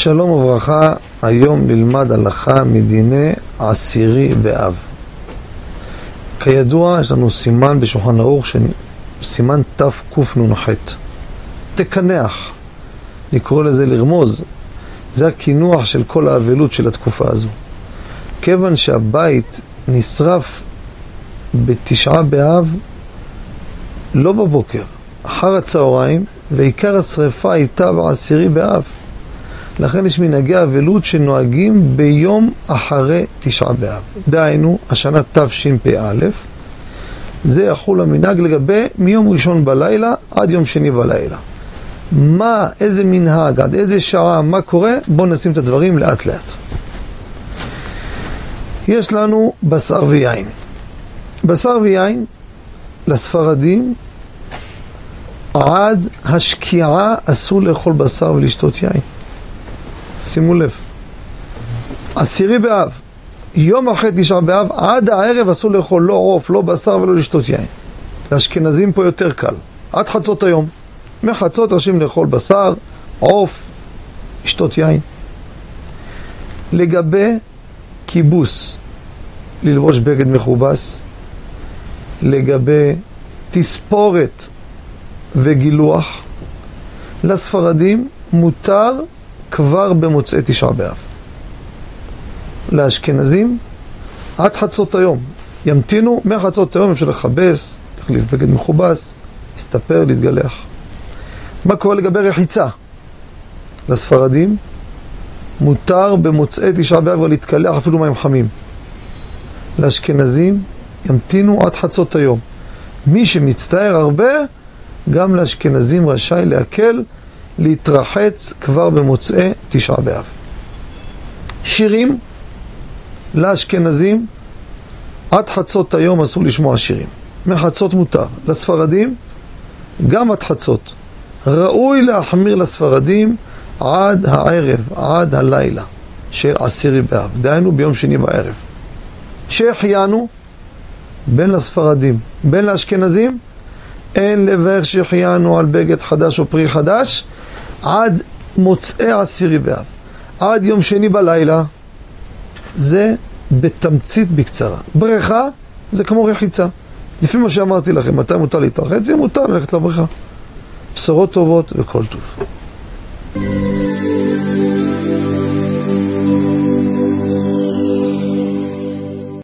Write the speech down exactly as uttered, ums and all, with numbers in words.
שלום וברכה, היום נלמד הלכה מדיני עשירי באב. כידוע, יש לנו סימן בשולחן ערוך, סימן תקנ"ח. תקנח, נקרא לזה לרמוז, זה הכינוח של כל האבלות של התקופה הזו. כיוון שהבית נשרף בתשעה באב, לא בבוקר, אחר הצהריים, ועיקר השריפה הייתה בעשירי באב. לכן יש מנהגי אבלות שנוהגים ביום אחרי תשעה באב. דהיינו, השנה תשפ"א, זה יחול המנהג לגבי מיום ראשון בלילה עד יום שני בלילה. מה, איזה מנהג, עד איזה שעה, מה קורה? בואו נשים את הדברים לאט לאט. יש לנו בשר ויין. בשר ויין לספרדים עד השקיעה אסור לאכול בשר ולשתות יין. שימו לב, עשירי באב, יום אחרי תשעה באב, עד הערב אסור לאכול לא עוף, לא בשר ולא לשתות יין. לאשכנזים פה יותר קל, עד חצות היום. מחצות רשים לאכול בשר, עוף, לשתות יין. לגבי כיבוס, ללבוש בגד מכובס. לגבי תספורת וגילוח, לספרדים מותר כבר במוצאי תשעה באב. לאשכנזים עד חצות היום. ימתינו מחצות היום, אפשר לכבס, להחליף בגד מכובס, להסתפר, להתגלח. מה קורה לגבי רחיצה? לספרדים מותר במוצאי תשעה באב להתקלח אפילו מים חמים. לאשכנזים ימתינו עד חצות היום. מי שמצטער הרבה, גם לאשכנזים רשאי להקל להתרחץ כבר במוצאי תשעה באב. שירים לאשכנזים עד חצות היום אסור לשמוע שירים. מחצות מותר. לספרדים גם עד חצות. ראוי להחמיר לספרדים עד הערב, עד הלילה של עשירי באב. דהיינו ביום שני בערב. שהחיינו בין לספרדים, בין לאשכנזים, אין לברך שהחיינו על בגד חדש או פרי חדש עד מוצאי עשירי באב. עד יום שני בלילה, זה בתמצית בקצרה. בריכה זה כמו רחיצה. לפי מה שאמרתי לכם, מתי מותר להתרחץ? זה מותר ללכת לבריכה. בשורות טובות וכל טוב.